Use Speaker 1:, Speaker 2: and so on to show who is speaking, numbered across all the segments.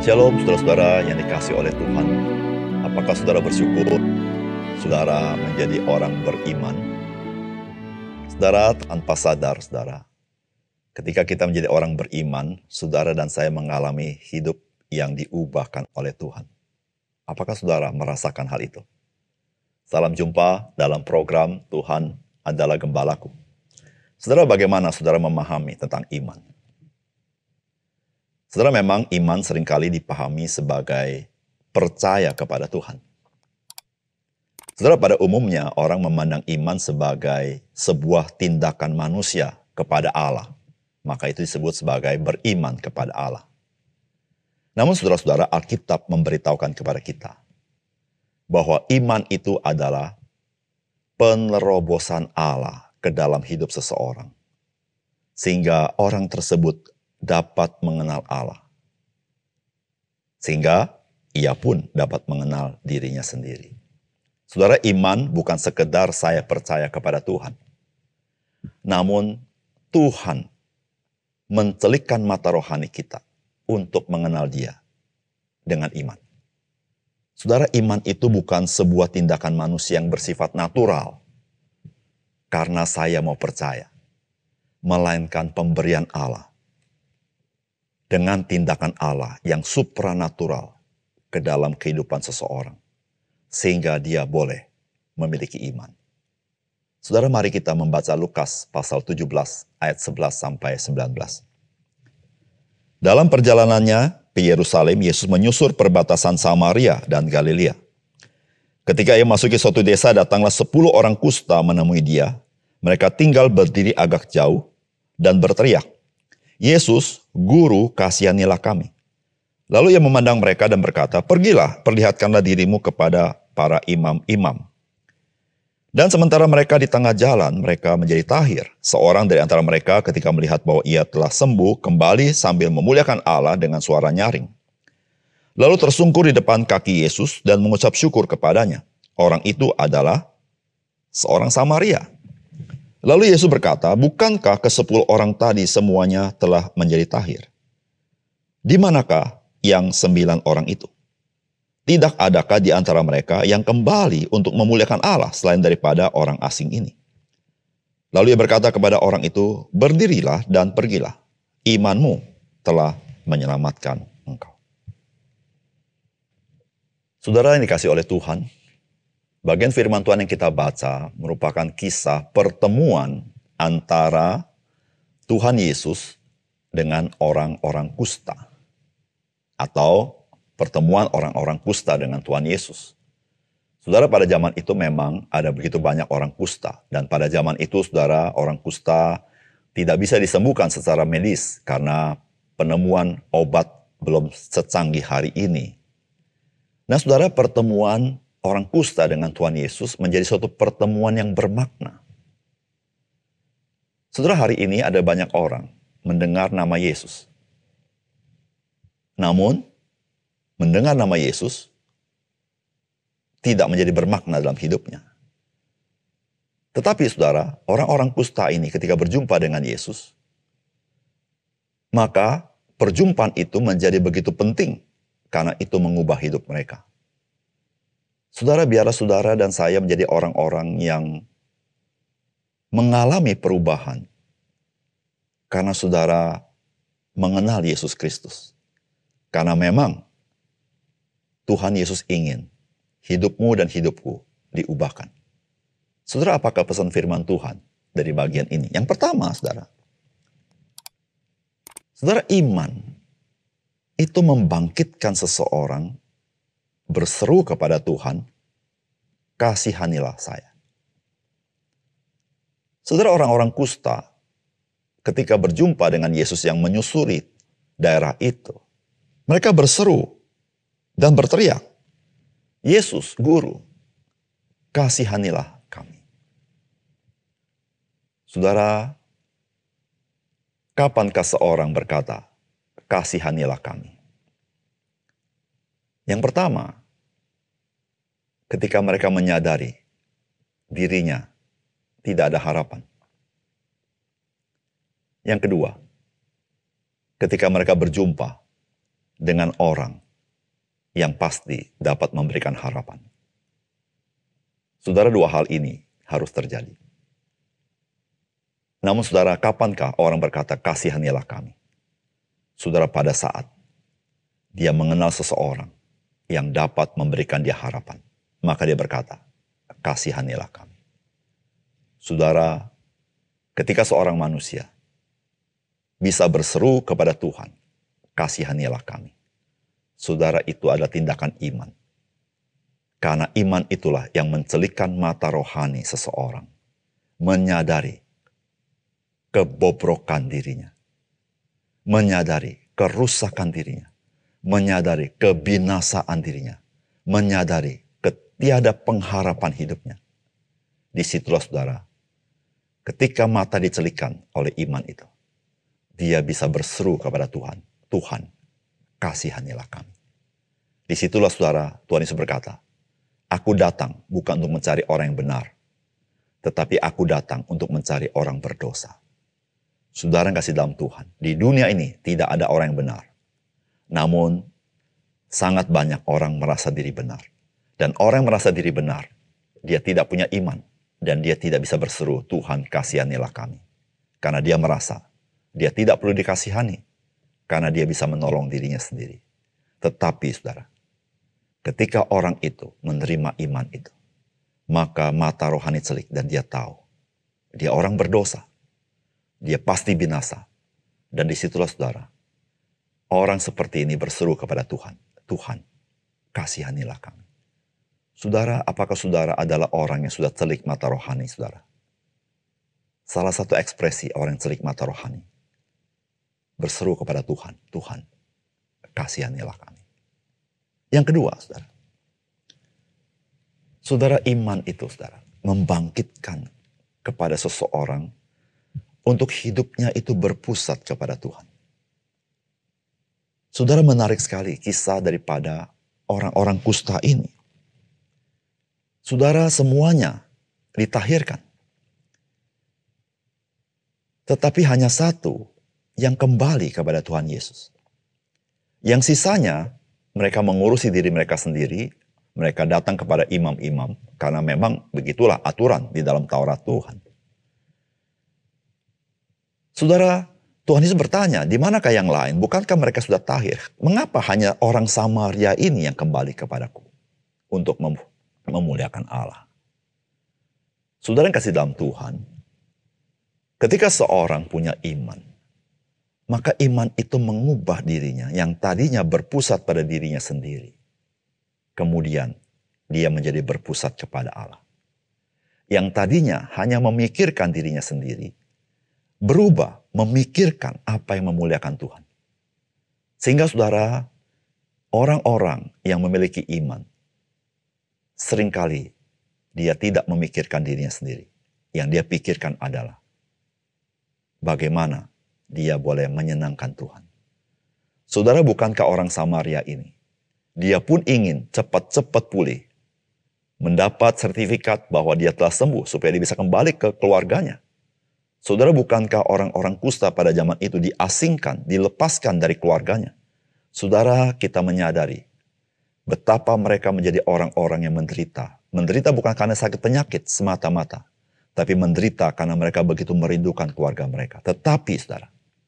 Speaker 1: Shalom saudara-saudara yang dikasihi oleh Tuhan. Apakah saudara bersyukur saudara menjadi orang beriman? Saudara, tanpa sadar saudara, ketika kita menjadi orang beriman, saudara dan saya mengalami hidup yang diubahkan oleh Tuhan. Apakah saudara merasakan hal itu? Salam jumpa dalam program Tuhan adalah Gembalaku. Saudara, bagaimana saudara memahami tentang iman? Saudara, memang iman seringkali dipahami sebagai percaya kepada Tuhan. Saudara, pada umumnya orang memandang iman sebagai sebuah tindakan manusia kepada Allah. Maka itu disebut sebagai beriman kepada Allah. Namun saudara-saudara, Alkitab memberitahukan kepada kita bahwa iman itu adalah penerobosan Allah ke dalam hidup seseorang. Sehingga orang tersebut dapat mengenal Allah. Sehingga ia pun dapat mengenal dirinya sendiri. Saudara, iman bukan sekedar saya percaya kepada Tuhan. Namun Tuhan mencelikkan mata rohani kita untuk mengenal Dia dengan iman. Saudara, iman itu bukan sebuah tindakan manusia yang bersifat natural. Karena saya mau percaya. Melainkan pemberian Allah. Dengan tindakan Allah yang supranatural ke dalam kehidupan seseorang. Sehingga dia boleh memiliki iman. Saudara, mari kita membaca Lukas pasal 17 ayat 11 sampai 19. Dalam perjalanannya ke Yerusalem, Yesus menyusur perbatasan Samaria dan Galilea. Ketika ia masuki suatu desa, datanglah 10 orang kusta menemui dia. Mereka tinggal berdiri agak jauh dan berteriak, "Yesus, Guru, kasihanilah kami." Lalu ia memandang mereka dan berkata, "Pergilah, perlihatkanlah dirimu kepada para imam-imam." Dan sementara mereka di tengah jalan, mereka menjadi tahir. Seorang dari antara mereka ketika melihat bahwa ia telah sembuh, kembali sambil memuliakan Allah dengan suara nyaring. Lalu tersungkur di depan kaki Yesus dan mengucap syukur kepadanya. Orang itu adalah seorang Samaria. Lalu Yesus berkata, "Bukankah ke-10 orang tadi semuanya telah menjadi tahir? Di manakah yang 9 orang itu? Tidak adakah di antara mereka yang kembali untuk memuliakan Allah selain daripada orang asing ini?" Lalu ia berkata kepada orang itu, "Berdirilah dan pergilah. Imanmu telah menyelamatkan engkau." Saudara yang dikasihi oleh Tuhan, bagian firman Tuhan yang kita baca merupakan kisah pertemuan antara Tuhan Yesus dengan orang-orang kusta. Atau pertemuan orang-orang kusta dengan Tuhan Yesus. Saudara, pada zaman itu memang ada begitu banyak orang kusta. Dan pada zaman itu, saudara, orang kusta tidak bisa disembuhkan secara medis karena penemuan obat belum secanggih hari ini. Nah, saudara, pertemuan orang kusta dengan Tuhan Yesus menjadi suatu pertemuan yang bermakna. Saudara, hari ini ada banyak orang mendengar nama Yesus. Namun, mendengar nama Yesus tidak menjadi bermakna dalam hidupnya. Tetapi saudara, orang-orang kusta ini ketika berjumpa dengan Yesus, maka perjumpaan itu menjadi begitu penting karena itu mengubah hidup mereka. Saudara, biarlah saudara dan saya menjadi orang-orang yang mengalami perubahan karena saudara mengenal Yesus Kristus. Karena memang Tuhan Yesus ingin hidupmu dan hidupku diubahkan. Saudara, apakah pesan firman Tuhan dari bagian ini? Yang pertama, saudara, iman itu membangkitkan seseorang berseru kepada Tuhan, "Kasihanilah saya." Saudara, orang-orang kusta ketika berjumpa dengan Yesus yang menyusuri daerah itu, mereka berseru dan berteriak, "Yesus, Guru, kasihanilah kami." Saudara, kapankah seorang berkata, "Kasihanilah kami"? Yang pertama, ketika mereka menyadari dirinya tidak ada harapan. Yang kedua, ketika mereka berjumpa dengan orang yang pasti dapat memberikan harapan. Saudara, dua hal ini harus terjadi. Namun saudara, kapankah orang berkata, kasihanilah kami? Saudara, pada saat dia mengenal seseorang yang dapat memberikan dia harapan, maka dia berkata, kasihanilah kami. Saudara, ketika seorang manusia bisa berseru kepada Tuhan, kasihanilah kami. Saudara, itu adalah tindakan iman. Karena iman itulah yang mencelikkan mata rohani seseorang, menyadari kebobrokan dirinya, menyadari kerusakan dirinya, menyadari kebinasaan dirinya, menyadari ketiada pengharapan hidupnya. Disitulah saudara, ketika mata dicelikkan oleh iman itu, dia bisa berseru kepada Tuhan, Tuhan, kasihanilah kami. Disitulah saudara, Tuhan Yesus berkata, aku datang bukan untuk mencari orang yang benar, tetapi aku datang untuk mencari orang berdosa. Saudara yang kasih dalam Tuhan, di dunia ini tidak ada orang yang benar. Namun, sangat banyak orang merasa diri benar. Dan orang yang merasa diri benar, dia tidak punya iman. Dan dia tidak bisa berseru, Tuhan kasihanilah kami. Karena dia merasa, dia tidak perlu dikasihani. Karena dia bisa menolong dirinya sendiri. Tetapi saudara, ketika orang itu menerima iman itu, maka mata rohani celik dan dia tahu, dia orang berdosa. Dia pasti binasa. Dan disitulah saudara, orang seperti ini berseru kepada Tuhan. Tuhan, kasihanilah kami. Saudara, apakah saudara adalah orang yang sudah celik mata rohani saudara? Salah satu ekspresi orang yang celik mata rohani, berseru kepada Tuhan. Tuhan, kasihanilah kami. Yang kedua, saudara. Saudara, iman itu, saudara, membangkitkan kepada seseorang untuk hidupnya itu berpusat kepada Tuhan. Saudara, menarik sekali kisah daripada orang-orang kusta ini. Saudara, semuanya ditahirkan. Tetapi hanya satu yang kembali kepada Tuhan Yesus. Yang sisanya, mereka mengurusi diri mereka sendiri. Mereka datang kepada imam-imam. Karena memang begitulah aturan di dalam Taurat Tuhan. Saudara, Tuhan Yesus bertanya, di manakah yang lain? Bukankah mereka sudah tahir? Mengapa hanya orang Samaria ini yang kembali kepadaku untuk memuliakan Allah? Saudara yang kasih dalam Tuhan, ketika seorang punya iman, maka iman itu mengubah dirinya yang tadinya berpusat pada dirinya sendiri. Kemudian dia menjadi berpusat kepada Allah. Yang tadinya hanya memikirkan dirinya sendiri, berubah memikirkan apa yang memuliakan Tuhan. Sehingga saudara, orang-orang yang memiliki iman, seringkali dia tidak memikirkan dirinya sendiri. Yang dia pikirkan adalah bagaimana dia boleh menyenangkan Tuhan. Saudara, bukankah orang Samaria ini, dia pun ingin cepat-cepat pulih, mendapat sertifikat bahwa dia telah sembuh supaya dia bisa kembali ke keluarganya. Saudara, bukankah orang-orang kusta pada zaman itu diasingkan, dilepaskan dari keluarganya? Saudara, kita menyadari betapa mereka menjadi orang-orang yang menderita. Menderita bukan karena sakit penyakit semata-mata, tapi menderita karena mereka begitu merindukan keluarga mereka. Tetapi saudara,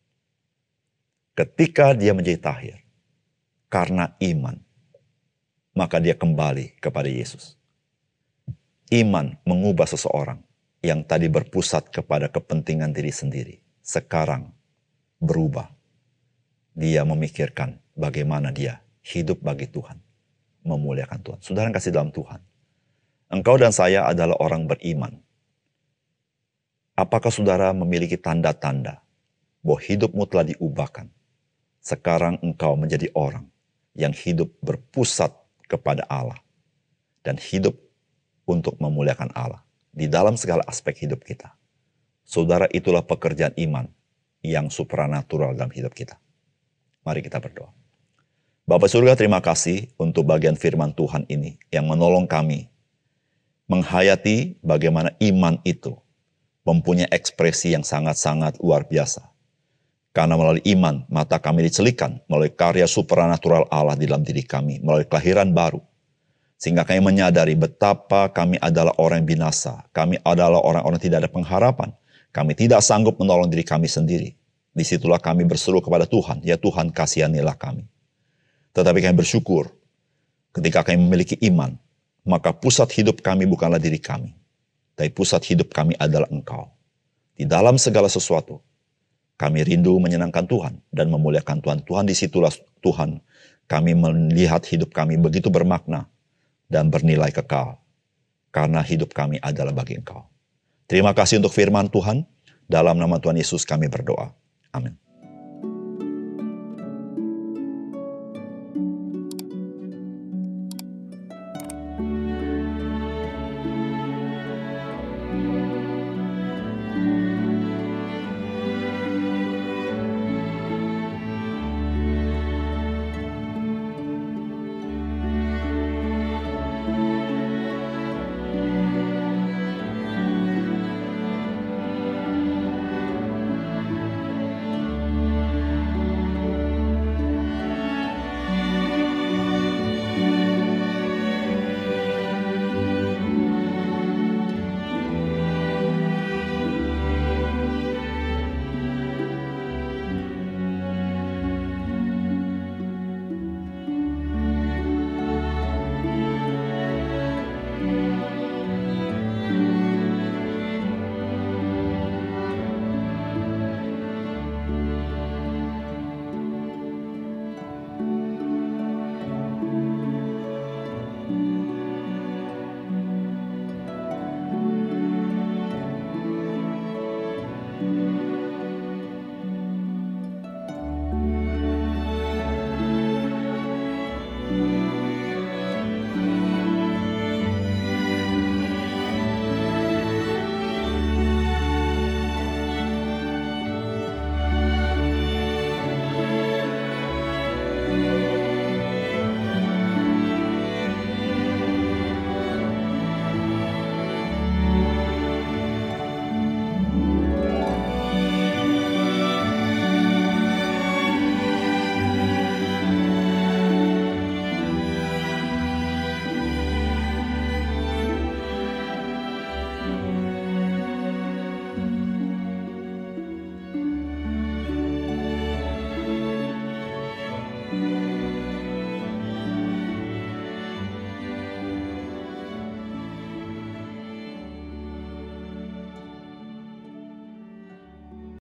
Speaker 1: ketika dia menjadi tahir, karena iman, maka dia kembali kepada Yesus. Iman mengubah seseorang yang tadi berpusat kepada kepentingan diri sendiri, sekarang berubah. Dia memikirkan bagaimana dia hidup bagi Tuhan, memuliakan Tuhan. Saudara yang kasih dalam Tuhan, engkau dan saya adalah orang beriman. Apakah saudara memiliki tanda-tanda bahwa hidupmu telah diubahkan? Sekarang engkau menjadi orang yang hidup berpusat kepada Allah dan hidup untuk memuliakan Allah di dalam segala aspek hidup kita. Saudara, itulah pekerjaan iman yang supranatural dalam hidup kita. Mari kita berdoa. Bapa surga, terima kasih untuk bagian firman Tuhan ini yang menolong kami menghayati bagaimana iman itu mempunyai ekspresi yang sangat-sangat luar biasa. Karena melalui iman, mata kami dicelikan melalui karya supranatural Allah di dalam diri kami, melalui kelahiran baru. Sehingga kami menyadari betapa kami adalah orang yang binasa. Kami adalah orang-orang yang tidak ada pengharapan. Kami tidak sanggup menolong diri kami sendiri. Disitulah kami berseru kepada Tuhan, ya Tuhan kasihanilah kami. Tetapi kami bersyukur, ketika kami memiliki iman, maka pusat hidup kami bukanlah diri kami. Tapi pusat hidup kami adalah Engkau. Di dalam segala sesuatu, kami rindu menyenangkan Tuhan dan memuliakan Tuhan. Tuhan, disitulah Tuhan, kami melihat hidup kami begitu bermakna dan bernilai kekal. Karena hidup kami adalah bagi Engkau. Terima kasih untuk firman Tuhan. Dalam nama Tuhan Yesus kami berdoa. Amin.